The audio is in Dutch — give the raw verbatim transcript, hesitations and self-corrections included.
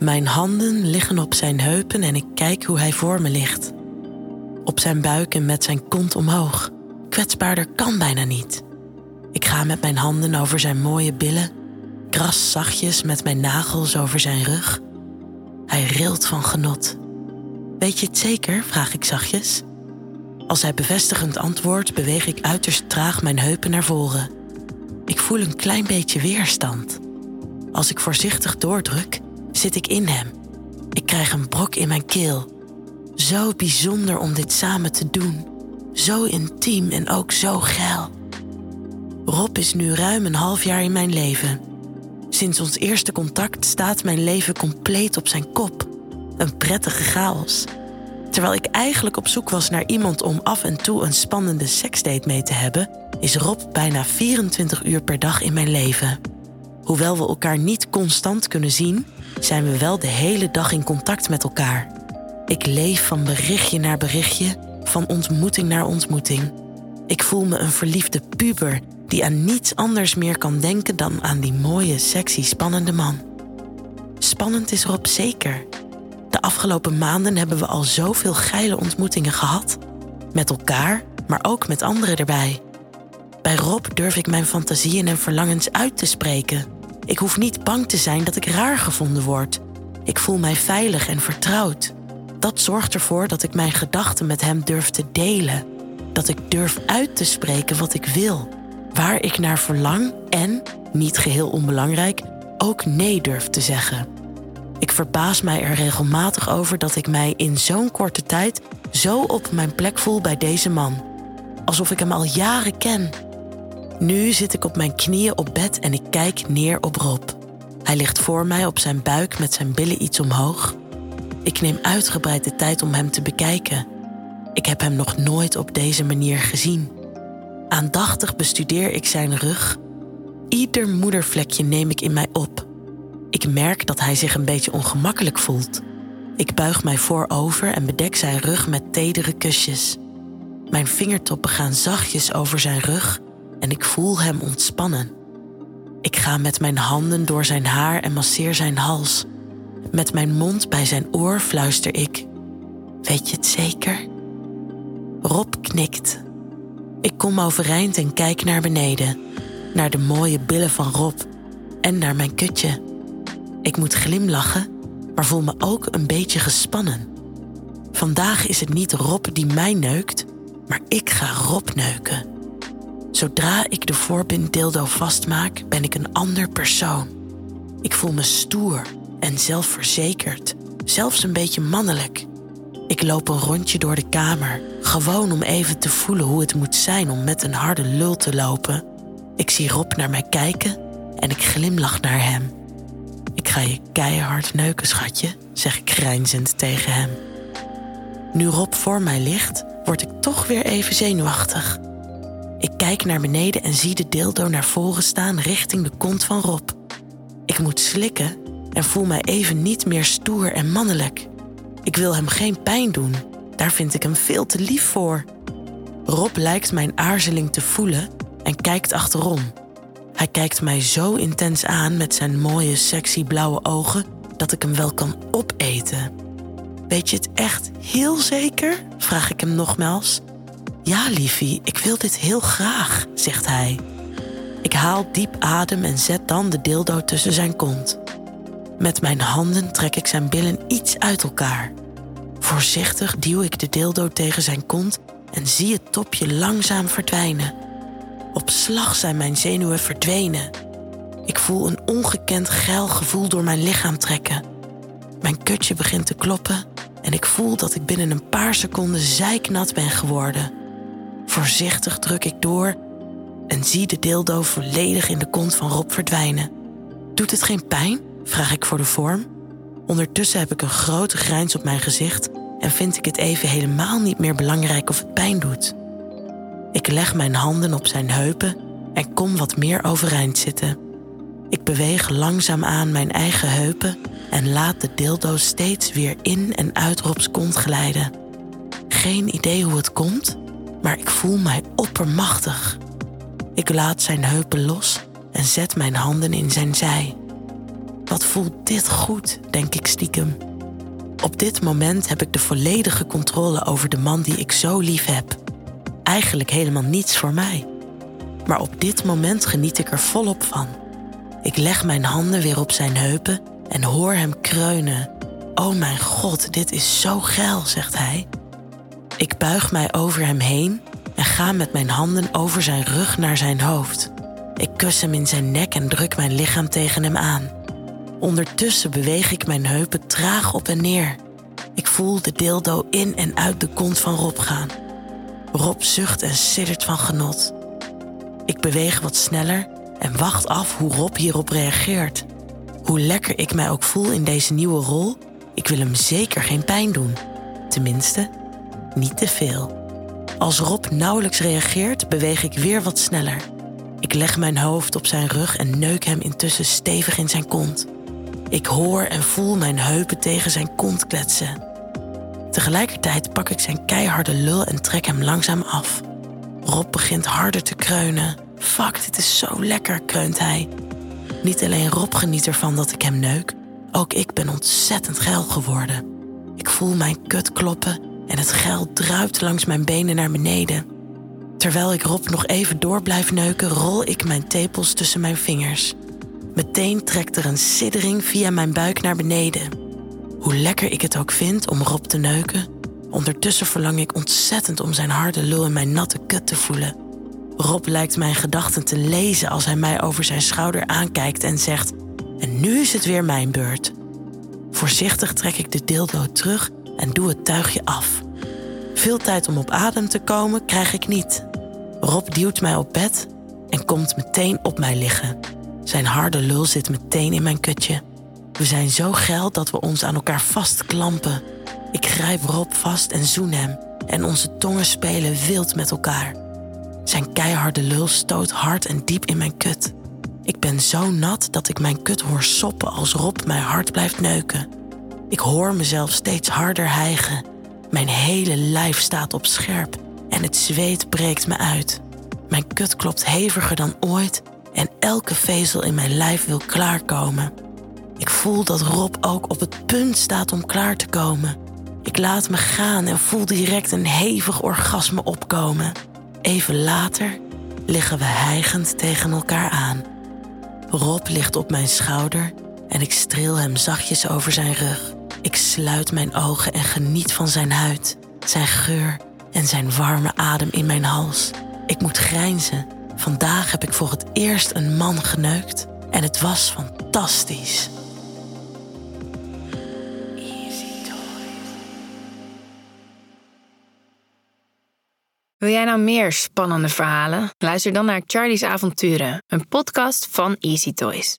Mijn handen liggen op zijn heupen en ik kijk hoe hij voor me ligt. Op zijn buik en met zijn kont omhoog. Kwetsbaarder kan bijna niet. Ik ga met mijn handen over zijn mooie billen, kras zachtjes met mijn nagels over zijn rug. Hij rilt van genot. Weet je het zeker? Vraag ik zachtjes. Als hij bevestigend antwoordt, beweeg ik uiterst traag mijn heupen naar voren. Ik voel een klein beetje weerstand. Als ik voorzichtig doordruk, zit ik in hem. Ik krijg een brok in mijn keel. Zo bijzonder om dit samen te doen. Zo intiem en ook zo geil. Rob is nu ruim een half jaar in mijn leven. Sinds ons eerste contact staat mijn leven compleet op zijn kop. Een prettige chaos. Terwijl ik eigenlijk op zoek was naar iemand om af en toe een spannende seksdate mee te hebben, is Rob bijna vierentwintig uur per dag in mijn leven. Hoewel we elkaar niet constant kunnen zien, zijn we wel de hele dag in contact met elkaar. Ik leef van berichtje naar berichtje, van ontmoeting naar ontmoeting. Ik voel me een verliefde puber die aan niets anders meer kan denken dan aan die mooie, sexy, spannende man. Spannend is Rob zeker. De afgelopen maanden hebben we al zoveel geile ontmoetingen gehad. Met elkaar, maar ook met anderen erbij. Bij Rob durf ik mijn fantasieën en verlangens uit te spreken. Ik hoef niet bang te zijn dat ik raar gevonden word. Ik voel mij veilig en vertrouwd. Dat zorgt ervoor dat ik mijn gedachten met hem durf te delen. Dat ik durf uit te spreken wat ik wil. Waar ik naar verlang en, niet geheel onbelangrijk, ook nee durf te zeggen. Ik verbaas mij er regelmatig over dat ik mij in zo'n korte tijd zo op mijn plek voel bij deze man. Alsof ik hem al jaren ken. Nu zit ik op mijn knieën op bed en ik kijk neer op Rob. Hij ligt voor mij op zijn buik met zijn billen iets omhoog. Ik neem uitgebreid de tijd om hem te bekijken. Ik heb hem nog nooit op deze manier gezien. Aandachtig bestudeer ik zijn rug. Ieder moedervlekje neem ik in mij op. Ik merk dat hij zich een beetje ongemakkelijk voelt. Ik buig mij voorover en bedek zijn rug met tedere kusjes. Mijn vingertoppen gaan zachtjes over zijn rug en ik voel hem ontspannen. Ik ga met mijn handen door zijn haar en masseer zijn hals. Met mijn mond bij zijn oor fluister ik: weet je het zeker? Rob knikt. Ik kom overeind en kijk naar beneden. Naar de mooie billen van Rob en naar mijn kutje. Ik moet glimlachen, maar voel me ook een beetje gespannen. Vandaag is het niet Rob die mij neukt, maar ik ga Rob neuken. Zodra ik de voorbinddildo vastmaak, ben ik een ander persoon. Ik voel me stoer en zelfverzekerd, zelfs een beetje mannelijk. Ik loop een rondje door de kamer, gewoon om even te voelen hoe het moet zijn om met een harde lul te lopen. Ik zie Rob naar mij kijken en ik glimlach naar hem. Ik ga je keihard neuken, schatje, zeg ik grijnzend tegen hem. Nu Rob voor mij ligt, word ik toch weer even zenuwachtig. Ik kijk naar beneden en zie de dildo naar voren staan richting de kont van Rob. Ik moet slikken en voel mij even niet meer stoer en mannelijk. Ik wil hem geen pijn doen, daar vind ik hem veel te lief voor. Rob lijkt mijn aarzeling te voelen en kijkt achterom. Hij kijkt mij zo intens aan met zijn mooie, sexy blauwe ogen dat ik hem wel kan opeten. Weet je het echt heel zeker? Vraag ik hem nogmaals. Ja, liefie, ik wil dit heel graag, zegt hij. Ik haal diep adem en zet dan de dildo tussen zijn kont. Met mijn handen trek ik zijn billen iets uit elkaar. Voorzichtig duw ik de dildo tegen zijn kont en zie het topje langzaam verdwijnen. Op slag zijn mijn zenuwen verdwenen. Ik voel een ongekend geil gevoel door mijn lichaam trekken. Mijn kutje begint te kloppen en ik voel dat ik binnen een paar seconden zeiknat ben geworden. Voorzichtig druk ik door en zie de dildo volledig in de kont van Rob verdwijnen. Doet het geen pijn? Vraag ik voor de vorm. Ondertussen heb ik een grote grijns op mijn gezicht en vind ik het even helemaal niet meer belangrijk of het pijn doet. Ik leg mijn handen op zijn heupen en kom wat meer overeind zitten. Ik beweeg langzaamaan mijn eigen heupen en laat de dildo steeds weer in en uit Robs kont glijden. Geen idee hoe het komt, maar ik voel mij oppermachtig. Ik laat zijn heupen los en zet mijn handen in zijn zij. Wat voelt dit goed, denk ik stiekem. Op dit moment heb ik de volledige controle over de man die ik zo lief heb. Eigenlijk helemaal niets voor mij. Maar op dit moment geniet ik er volop van. Ik leg mijn handen weer op zijn heupen en hoor hem kreunen. Oh mijn god, dit is zo geil, zegt hij. Ik buig mij over hem heen en ga met mijn handen over zijn rug naar zijn hoofd. Ik kus hem in zijn nek en druk mijn lichaam tegen hem aan. Ondertussen beweeg ik mijn heupen traag op en neer. Ik voel de dildo in en uit de kont van Rob gaan. Rob zucht en siddert van genot. Ik beweeg wat sneller en wacht af hoe Rob hierop reageert. Hoe lekker ik mij ook voel in deze nieuwe rol, ik wil hem zeker geen pijn doen. Tenminste, niet te veel. Als Rob nauwelijks reageert, beweeg ik weer wat sneller. Ik leg mijn hoofd op zijn rug en neuk hem intussen stevig in zijn kont. Ik hoor en voel mijn heupen tegen zijn kont kletsen. Tegelijkertijd pak ik zijn keiharde lul en trek hem langzaam af. Rob begint harder te kreunen. Fuck, dit is zo lekker, kreunt hij. Niet alleen Rob geniet ervan dat ik hem neuk, ook ik ben ontzettend geil geworden. Ik voel mijn kut kloppen en het geil druipt langs mijn benen naar beneden. Terwijl ik Rob nog even door blijf neuken, rol ik mijn tepels tussen mijn vingers. Meteen trekt er een siddering via mijn buik naar beneden. Hoe lekker ik het ook vind om Rob te neuken, ondertussen verlang ik ontzettend om zijn harde lul in mijn natte kut te voelen. Rob lijkt mijn gedachten te lezen als hij mij over zijn schouder aankijkt en zegt: en nu is het weer mijn beurt. Voorzichtig trek ik de dildo terug en doe het tuigje af. Veel tijd om op adem te komen krijg ik niet. Rob duwt mij op bed en komt meteen op mij liggen. Zijn harde lul zit meteen in mijn kutje. We zijn zo geil dat we ons aan elkaar vastklampen. Ik grijp Rob vast en zoen hem en onze tongen spelen wild met elkaar. Zijn keiharde lul stoot hard en diep in mijn kut. Ik ben zo nat dat ik mijn kut hoor soppen als Rob mij hard blijft neuken. Ik hoor mezelf steeds harder hijgen. Mijn hele lijf staat op scherp en het zweet breekt me uit. Mijn kut klopt heviger dan ooit en elke vezel in mijn lijf wil klaarkomen. Ik voel dat Rob ook op het punt staat om klaar te komen. Ik laat me gaan en voel direct een hevig orgasme opkomen. Even later liggen we hijgend tegen elkaar aan. Rob ligt op mijn schouder en ik streel hem zachtjes over zijn rug. Ik sluit mijn ogen en geniet van zijn huid, zijn geur en zijn warme adem in mijn hals. Ik moet grijnzen. Vandaag heb ik voor het eerst een man geneukt en het was fantastisch. Wil jij nou meer spannende verhalen? Luister dan naar Charlie's Avonturen, een podcast van Easy Toys.